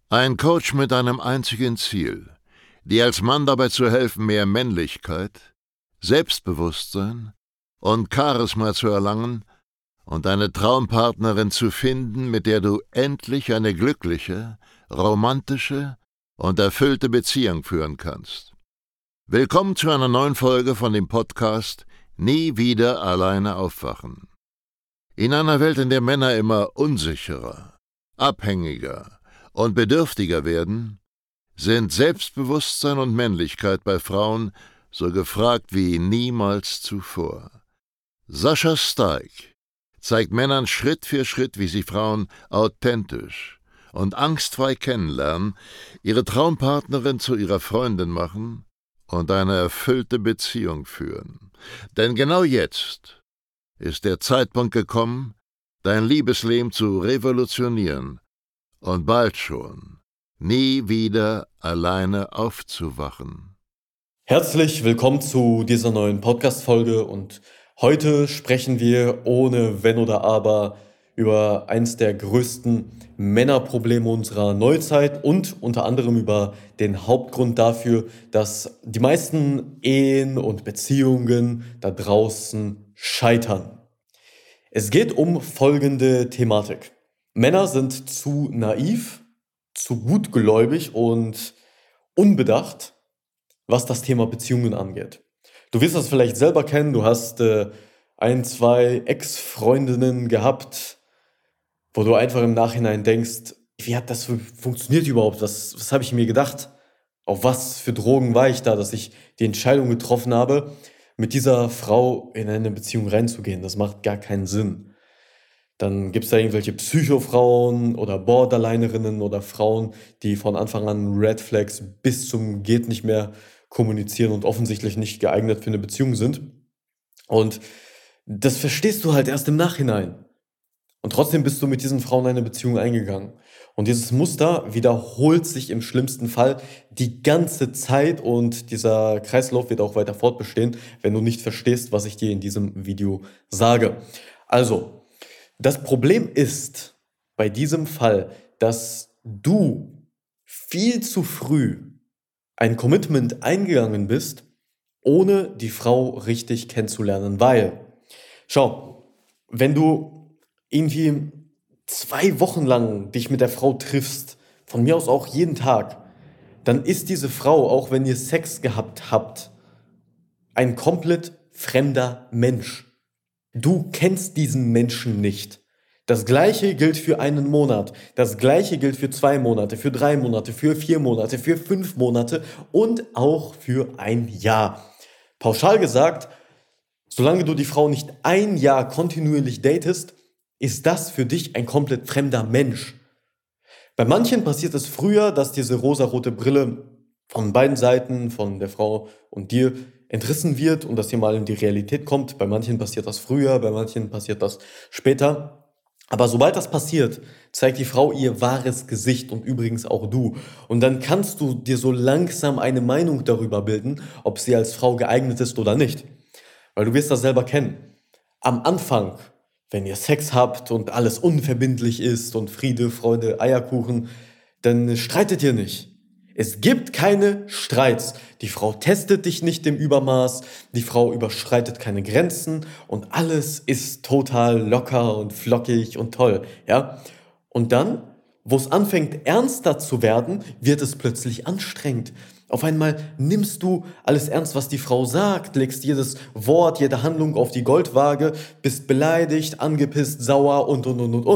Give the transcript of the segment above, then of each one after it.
Ein Coach mit einem einzigen Ziel, dir als Mann dabei zu helfen, mehr Männlichkeit, Selbstbewusstsein und Charisma zu erlangen und eine Traumpartnerin zu finden, mit der du endlich eine glückliche, romantische und erfüllte Beziehung führen kannst. Willkommen zu einer neuen Folge von dem Podcast Nie wieder alleine aufwachen. In einer Welt, in der Männer immer unsicherer, abhängiger und bedürftiger werden, sind Selbstbewusstsein und Männlichkeit bei Frauen so gefragt wie niemals zuvor. Sascha Steig zeigt Männern Schritt für Schritt, wie sie Frauen authentisch und angstfrei kennenlernen, ihre Traumpartnerin zu ihrer Freundin machen und eine erfüllte Beziehung führen. Denn genau jetzt ist der Zeitpunkt gekommen, dein Liebesleben zu revolutionieren und bald schon nie wieder alleine aufzuwachen. Herzlich willkommen zu dieser neuen Podcast-Folge und heute sprechen wir ohne Wenn oder Aber über eins der größten Männerprobleme unserer Neuzeit und unter anderem über den Hauptgrund dafür, dass die meisten Ehen und Beziehungen da draußen scheitern. Es geht um folgende Thematik. Männer sind zu naiv, zu gutgläubig und unbedacht, was das Thema Beziehungen angeht. Du wirst das vielleicht selber kennen, du hast ein, zwei Ex-Freundinnen gehabt, wo du einfach im Nachhinein denkst, wie hat das funktioniert überhaupt? Was habe ich mir gedacht? Auf was für Drogen war ich da, dass ich die Entscheidung getroffen habe, mit dieser Frau in eine Beziehung reinzugehen? Das macht gar keinen Sinn. Dann gibt es da irgendwelche Psychofrauen oder Borderlinerinnen oder Frauen, die von Anfang an Red Flags bis zum geht nicht mehr kommunizieren und offensichtlich nicht geeignet für eine Beziehung sind. Und das verstehst du halt erst im Nachhinein. Und trotzdem bist du mit diesen Frauen eine Beziehung eingegangen. Und dieses Muster wiederholt sich im schlimmsten Fall die ganze Zeit und dieser Kreislauf wird auch weiter fortbestehen, wenn du nicht verstehst, was ich dir in diesem Video sage. Also, das Problem ist bei diesem Fall, dass du viel zu früh ein Commitment eingegangen bist, ohne die Frau richtig kennenzulernen. Weil, schau, wenn du irgendwie 2 Wochen lang dich mit der Frau triffst, von mir aus auch jeden Tag, dann ist diese Frau, auch wenn ihr Sex gehabt habt, ein komplett fremder Mensch. Du kennst diesen Menschen nicht. Das Gleiche gilt für einen Monat, das Gleiche gilt für 2 Monate, für 3 Monate, für 4 Monate, für 5 Monate und auch für ein Jahr. Pauschal gesagt, solange du die Frau nicht ein Jahr kontinuierlich datest, ist das für dich ein komplett fremder Mensch. Bei manchen passiert es früher, dass diese rosarote Brille von beiden Seiten, von der Frau und dir, entrissen wird und dass ihr mal in die Realität kommt. Bei manchen passiert das früher, bei manchen passiert das später. Aber sobald das passiert, zeigt die Frau ihr wahres Gesicht und übrigens auch du. Und dann kannst du dir so langsam eine Meinung darüber bilden, ob sie als Frau geeignet ist oder nicht. Weil du wirst das selber kennen. Am Anfang, wenn ihr Sex habt und alles unverbindlich ist und Friede, Freude, Eierkuchen, dann streitet ihr nicht. Es gibt keine Streits. Die Frau testet dich nicht im Übermaß, die Frau überschreitet keine Grenzen und alles ist total locker und flockig und toll, ja? Und dann, wo es anfängt ernster zu werden, wird es plötzlich anstrengend. Auf einmal nimmst du alles ernst, was die Frau sagt, legst jedes Wort, jede Handlung auf die Goldwaage, bist beleidigt, angepisst, sauer und.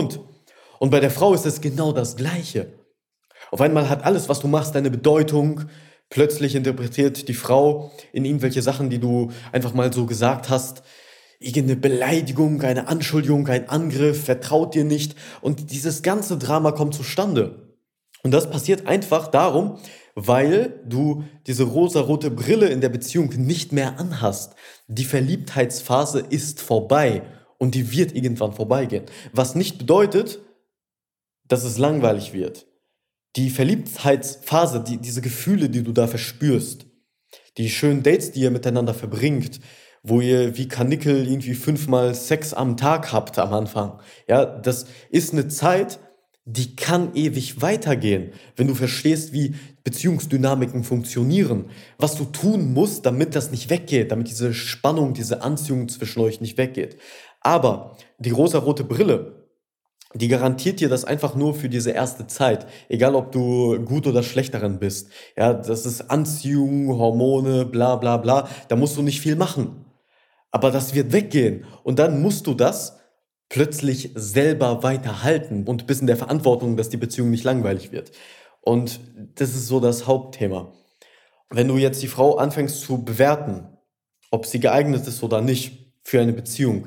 Und bei der Frau ist es genau das Gleiche. Auf einmal hat alles, was du machst, eine Bedeutung. Plötzlich interpretiert die Frau in irgendwelche Sachen, die du einfach mal so gesagt hast, irgendeine Beleidigung, eine Anschuldigung, ein Angriff, vertraut dir nicht. Und dieses ganze Drama kommt zustande. Und das passiert einfach darum, weil du diese rosarote Brille in der Beziehung nicht mehr anhast. Die Verliebtheitsphase ist vorbei und die wird irgendwann vorbeigehen. Was nicht bedeutet, dass es langweilig wird. Die Verliebtheitsphase, diese Gefühle, die du da verspürst, die schönen Dates, die ihr miteinander verbringt, wo ihr wie Karnickel irgendwie 5-mal Sex am Tag habt am Anfang, ja, das ist eine Zeit, die kann ewig weitergehen, wenn du verstehst, wie Beziehungsdynamiken funktionieren, was du tun musst, damit das nicht weggeht, damit diese Spannung, diese Anziehung zwischen euch nicht weggeht. Aber die rosarote Brille, die garantiert dir das einfach nur für diese erste Zeit, egal ob du gut oder schlecht darin bist. Ja, das ist Anziehung, Hormone, bla bla bla, da musst du nicht viel machen. Aber das wird weggehen und dann musst du das plötzlich selber weiterhalten und bist in der Verantwortung, dass die Beziehung nicht langweilig wird. Und das ist so das Hauptthema. Wenn du jetzt die Frau anfängst zu bewerten, ob sie geeignet ist oder nicht für eine Beziehung,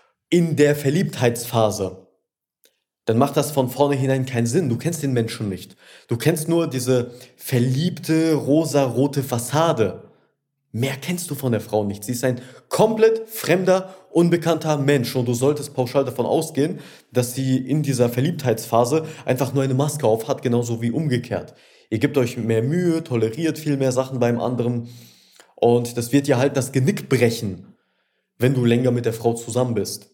in der Verliebtheitsphase, dann macht das von vornherein keinen Sinn. Du kennst den Menschen nicht. Du kennst nur diese verliebte, rosarote Fassade. Mehr kennst du von der Frau nicht. Sie ist ein komplett fremder, unbekannter Mensch und du solltest pauschal davon ausgehen, dass sie in dieser Verliebtheitsphase einfach nur eine Maske auf hat, genauso wie umgekehrt. Ihr gebt euch mehr Mühe, toleriert viel mehr Sachen beim anderen und das wird dir halt das Genick brechen, wenn du länger mit der Frau zusammen bist.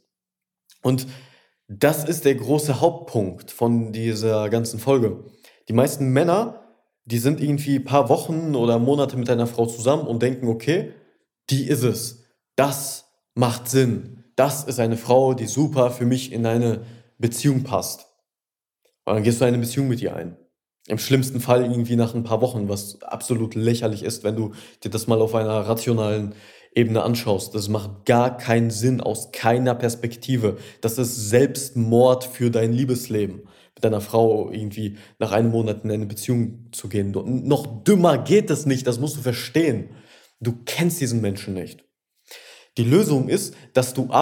Und das ist der große Hauptpunkt von dieser ganzen Folge. Die meisten Männer, die sind irgendwie ein paar Wochen oder Monate mit einer Frau zusammen und denken, okay, die ist es. Das macht Sinn. Das ist eine Frau, die super für mich in eine Beziehung passt. Und dann gehst du eine Beziehung mit ihr ein. Im schlimmsten Fall irgendwie nach ein paar Wochen, was absolut lächerlich ist, wenn du dir das mal auf einer rationalen Ebene anschaust. Das macht gar keinen Sinn aus keiner Perspektive. Das ist Selbstmord für dein Liebesleben, mit deiner Frau irgendwie nach einem Monat in eine Beziehung zu gehen. Und noch dümmer geht es nicht, das musst du verstehen. Du kennst diesen Menschen nicht. Die Lösung ist, dass du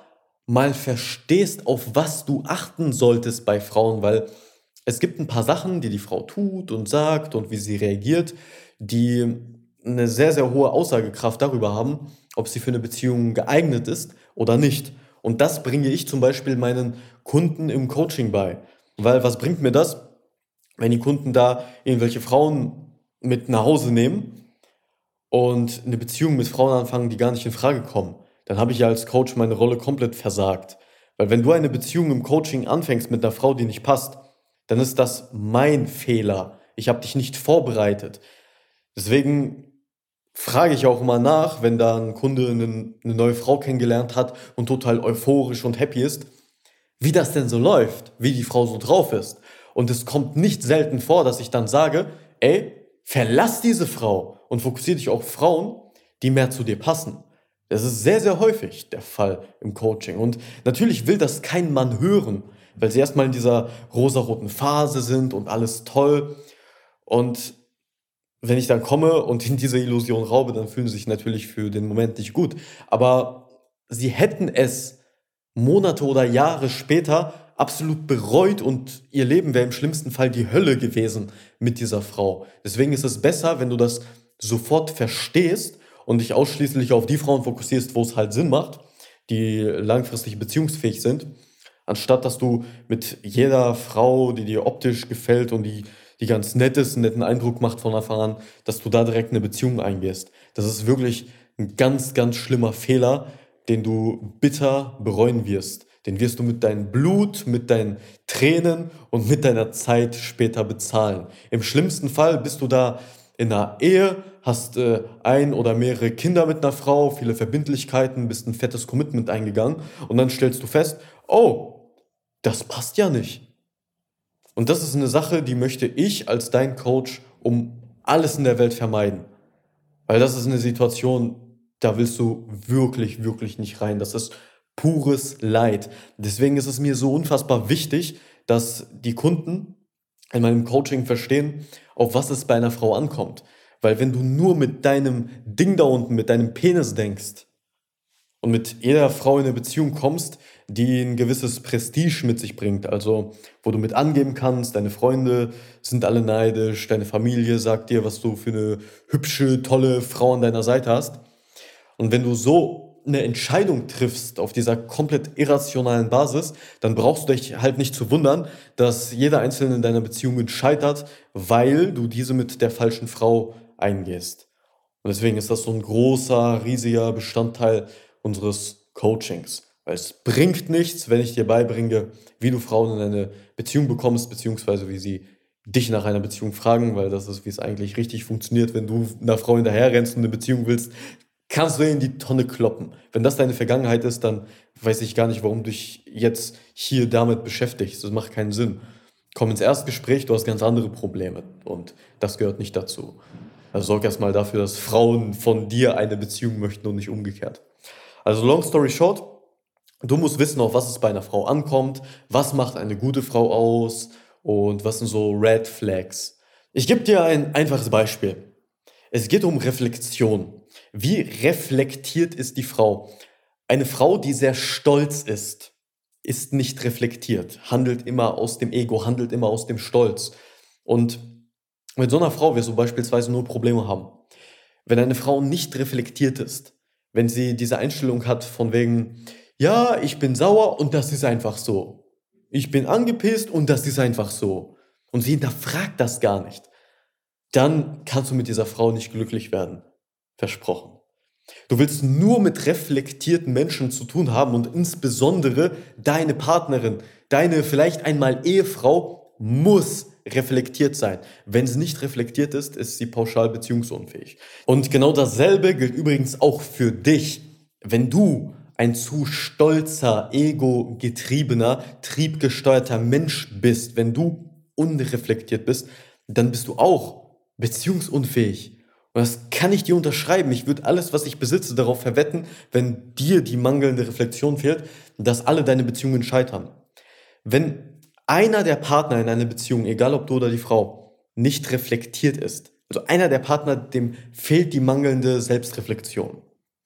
mal verstehst, auf was du achten solltest bei Frauen, weil es gibt ein paar Sachen, die die Frau tut und sagt und wie sie reagiert, die eine sehr, sehr hohe Aussagekraft darüber haben, ob sie für eine Beziehung geeignet ist oder nicht. Und das bringe ich zum Beispiel meinen Kunden im Coaching bei. Weil was bringt mir das, wenn die Kunden da irgendwelche Frauen mit nach Hause nehmen und eine Beziehung mit Frauen anfangen, die gar nicht in Frage kommen? Dann habe ich ja als Coach meine Rolle komplett versagt. Weil wenn du eine Beziehung im Coaching anfängst mit einer Frau, die nicht passt, dann ist das mein Fehler. Ich habe dich nicht vorbereitet. Deswegen frage ich auch immer nach, wenn da ein Kunde eine neue Frau kennengelernt hat und total euphorisch und happy ist, wie das denn so läuft, wie die Frau so drauf ist. Und es kommt nicht selten vor, dass ich dann sage, ey, verlass diese Frau und fokussiere dich auf Frauen, die mehr zu dir passen. Das ist sehr, sehr häufig der Fall im Coaching. Und natürlich will das kein Mann hören, weil sie erstmal in dieser rosaroten Phase sind und alles toll. Und wenn ich dann komme und in diese Illusion raube, dann fühlen sie sich natürlich für den Moment nicht gut. Aber sie hätten es Monate oder Jahre später absolut bereut und ihr Leben wäre im schlimmsten Fall die Hölle gewesen mit dieser Frau. Deswegen ist es besser, wenn du das sofort verstehst und dich ausschließlich auf die Frauen fokussierst, wo es halt Sinn macht, die langfristig beziehungsfähig sind, anstatt dass du mit jeder Frau, die dir optisch gefällt und die ganz nett ist, einen netten Eindruck macht von Anfang an, dass du da direkt eine Beziehung eingehst. Das ist wirklich ein ganz, ganz schlimmer Fehler, den du bitter bereuen wirst. Den wirst du mit deinem Blut, mit deinen Tränen und mit deiner Zeit später bezahlen. Im schlimmsten Fall bist du da in einer Ehe, hast ein oder mehrere Kinder mit einer Frau, viele Verbindlichkeiten, bist ein fettes Commitment eingegangen und dann stellst du fest, oh, das passt ja nicht. Und das ist eine Sache, die möchte ich als dein Coach um alles in der Welt vermeiden. Weil das ist eine Situation, da willst du wirklich, wirklich nicht rein. Das ist pures Leid. Deswegen ist es mir so unfassbar wichtig, dass die Kunden in meinem Coaching verstehen, auf was es bei einer Frau ankommt. Weil wenn du nur mit deinem Ding da unten, mit deinem Penis denkst und mit jeder Frau in eine Beziehung kommst, die ein gewisses Prestige mit sich bringt, also wo du mit angeben kannst, deine Freunde sind alle neidisch, deine Familie sagt dir, was du für eine hübsche, tolle Frau an deiner Seite hast. Und wenn du so eine Entscheidung triffst auf dieser komplett irrationalen Basis, dann brauchst du dich halt nicht zu wundern, dass jeder Einzelne in deiner Beziehung scheitert, weil du diese mit der falschen Frau eingehst. Und deswegen ist das so ein großer, riesiger Bestandteil unseres Coachings. Weil es bringt nichts, wenn ich dir beibringe, wie du Frauen in eine Beziehung bekommst, beziehungsweise wie sie dich nach einer Beziehung fragen, weil das ist, wie es eigentlich richtig funktioniert. Wenn du einer Frau hinterherrennst und eine Beziehung willst, kannst du ihr in die Tonne kloppen. Wenn das deine Vergangenheit ist, dann weiß ich gar nicht, warum du dich jetzt hier damit beschäftigst. Das macht keinen Sinn. Komm ins Erstgespräch, du hast ganz andere Probleme und das gehört nicht dazu. Also sorg erstmal dafür, dass Frauen von dir eine Beziehung möchten und nicht umgekehrt. Also long story short, du musst wissen, auf was es bei einer Frau ankommt, was macht eine gute Frau aus und was sind so Red Flags. Ich gebe dir ein einfaches Beispiel. Es geht um Reflexion. Wie reflektiert ist die Frau? Eine Frau, die sehr stolz ist nicht reflektiert, handelt immer aus dem Ego, handelt immer aus dem Stolz. Und mit so einer Frau wirst du beispielsweise nur Probleme haben. Wenn eine Frau nicht reflektiert ist, wenn sie diese Einstellung hat von wegen, ja, ich bin sauer und das ist einfach so. Ich bin angepisst und das ist einfach so. Und sie hinterfragt das gar nicht. Dann kannst du mit dieser Frau nicht glücklich werden. Versprochen. Du willst nur mit reflektierten Menschen zu tun haben und insbesondere deine Partnerin, deine vielleicht einmal Ehefrau muss reflektiert sein. Wenn sie nicht reflektiert ist, ist sie pauschal beziehungsunfähig. Und genau dasselbe gilt übrigens auch für dich. Wenn du ein zu stolzer, ego-getriebener, triebgesteuerter Mensch bist, wenn du unreflektiert bist, dann bist du auch beziehungsunfähig. Und das kann ich dir unterschreiben. Ich würde alles, was ich besitze, darauf verwetten, wenn dir die mangelnde Reflexion fehlt, dass alle deine Beziehungen scheitern. Wenn einer der Partner in einer Beziehung, egal ob du oder die Frau, nicht reflektiert ist, also einer der Partner, dem fehlt die mangelnde Selbstreflexion.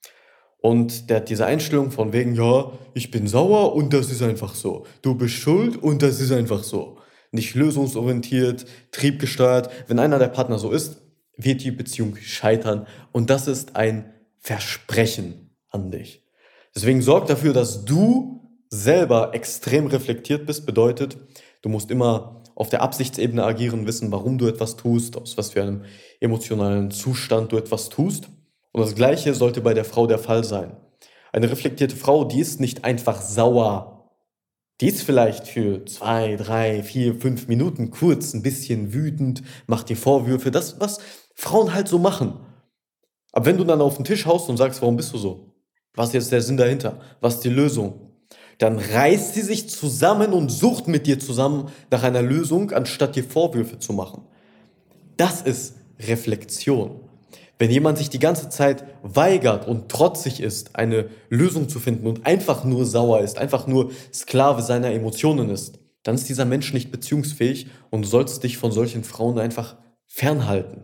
Und der hat diese Einstellung von wegen, ja, ich bin sauer und das ist einfach so. Du bist schuld und das ist einfach so. Nicht lösungsorientiert, triebgesteuert. Wenn einer der Partner so ist, wird die Beziehung scheitern. Und das ist ein Versprechen an dich. Deswegen sorg dafür, dass du selber extrem reflektiert bist. Bedeutet, du musst immer auf der Absichtsebene agieren, wissen, warum du etwas tust, aus was für einem emotionalen Zustand du etwas tust. Und das Gleiche sollte bei der Frau der Fall sein. Eine reflektierte Frau, die ist nicht einfach sauer. Die ist vielleicht für 2, 3, 4, 5 Minuten kurz ein bisschen wütend, macht dir Vorwürfe, das, was Frauen halt so machen. Aber wenn du dann auf den Tisch haust und sagst, warum bist du so? Was ist jetzt der Sinn dahinter? Was ist die Lösung? Dann reißt sie sich zusammen und sucht mit dir zusammen nach einer Lösung, anstatt dir Vorwürfe zu machen. Das ist Reflexion. Wenn jemand sich die ganze Zeit weigert und trotzig ist, eine Lösung zu finden und einfach nur sauer ist, einfach nur Sklave seiner Emotionen ist, dann ist dieser Mensch nicht beziehungsfähig und du sollst dich von solchen Frauen einfach fernhalten.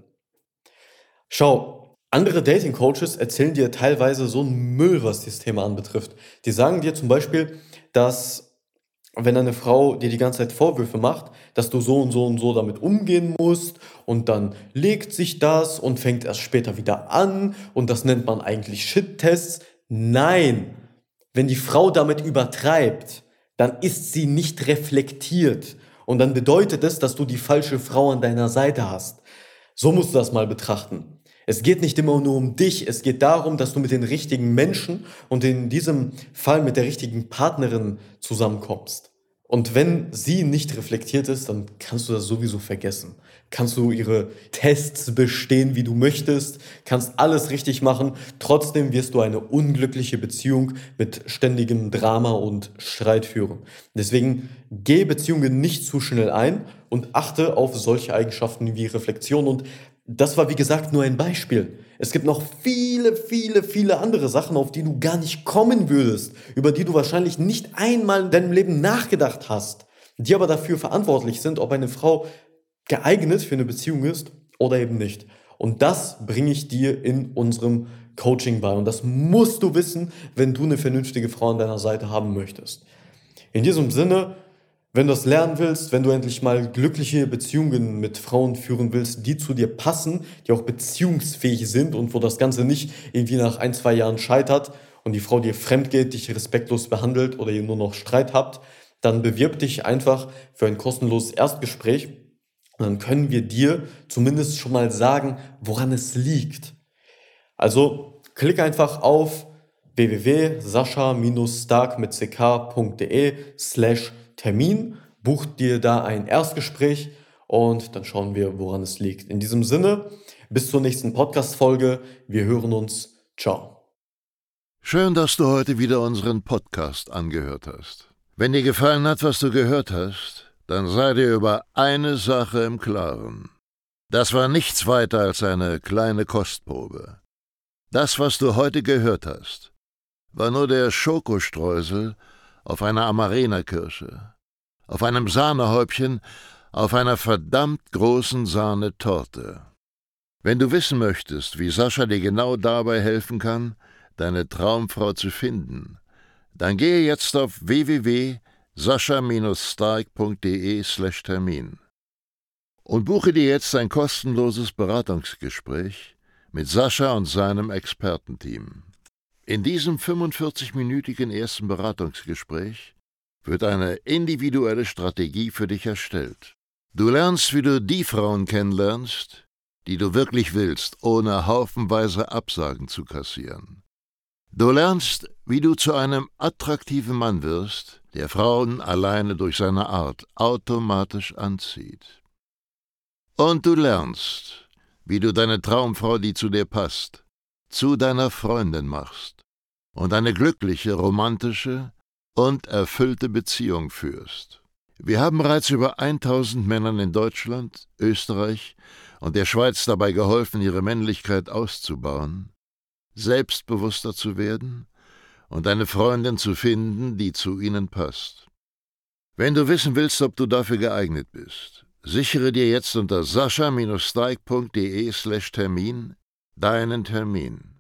Schau, andere Dating-Coaches erzählen dir teilweise so einen Müll, was dieses Thema anbetrifft. Die sagen dir zum Beispiel, dass wenn eine Frau dir die ganze Zeit Vorwürfe macht, dass du so und so und so damit umgehen musst und dann legt sich das und fängt erst später wieder an und das nennt man eigentlich Shit-Tests. Nein, wenn die Frau damit übertreibt, dann ist sie nicht reflektiert und dann bedeutet es, dass du die falsche Frau an deiner Seite hast. So musst du das mal betrachten. Es geht nicht immer nur um dich, es geht darum, dass du mit den richtigen Menschen und in diesem Fall mit der richtigen Partnerin zusammenkommst. Und wenn sie nicht reflektiert ist, dann kannst du das sowieso vergessen. Kannst du ihre Tests bestehen, wie du möchtest, kannst alles richtig machen, trotzdem wirst du eine unglückliche Beziehung mit ständigem Drama und Streit führen. Deswegen geh Beziehungen nicht zu schnell ein und achte auf solche Eigenschaften wie Reflexion. Und das war, wie gesagt, nur ein Beispiel. Es gibt noch viele, viele, viele andere Sachen, auf die du gar nicht kommen würdest, über die du wahrscheinlich nicht einmal in deinem Leben nachgedacht hast, die aber dafür verantwortlich sind, ob eine Frau geeignet für eine Beziehung ist oder eben nicht. Und das bringe ich dir in unserem Coaching bei. Und das musst du wissen, wenn du eine vernünftige Frau an deiner Seite haben möchtest. In diesem Sinne, wenn du das lernen willst, wenn du endlich mal glückliche Beziehungen mit Frauen führen willst, die zu dir passen, die auch beziehungsfähig sind und wo das Ganze nicht irgendwie nach 1, 2 Jahren scheitert und die Frau dir fremd geht, dich respektlos behandelt oder ihr nur noch Streit habt, dann bewirb dich einfach für ein kostenloses Erstgespräch und dann können wir dir zumindest schon mal sagen, woran es liegt. Also klick einfach auf www.sascha-stark.de/Termin. Buch dir da ein Erstgespräch und dann schauen wir, woran es liegt. In diesem Sinne, bis zur nächsten Podcast-Folge. Wir hören uns. Ciao. Schön, dass du heute wieder unseren Podcast angehört hast. Wenn dir gefallen hat, was du gehört hast, dann sei dir über eine Sache im Klaren. Das war nichts weiter als eine kleine Kostprobe. Das, was du heute gehört hast, war nur der Schokostreusel auf einer Amarena-Kirsche, auf einem Sahnehäubchen, auf einer verdammt großen Sahnetorte. Wenn du wissen möchtest, wie Sascha dir genau dabei helfen kann, deine Traumfrau zu finden, dann gehe jetzt auf www.sascha-stark.de/Termin und buche dir jetzt ein kostenloses Beratungsgespräch mit Sascha und seinem Expertenteam. In diesem 45-minütigen ersten Beratungsgespräch wird eine individuelle Strategie für dich erstellt. Du lernst, wie du die Frauen kennenlernst, die du wirklich willst, ohne haufenweise Absagen zu kassieren. Du lernst, wie du zu einem attraktiven Mann wirst, der Frauen alleine durch seine Art automatisch anzieht. Und du lernst, wie du deine Traumfrau, die zu dir passt, zu deiner Freundin machst und eine glückliche, romantische und erfüllte Beziehung führst. Wir haben bereits über 1000 Männern in Deutschland, Österreich und der Schweiz dabei geholfen, ihre Männlichkeit auszubauen, selbstbewusster zu werden und eine Freundin zu finden, die zu ihnen passt. Wenn du wissen willst, ob du dafür geeignet bist, sichere dir jetzt unter sascha-stark.de/Termin deinen Termin.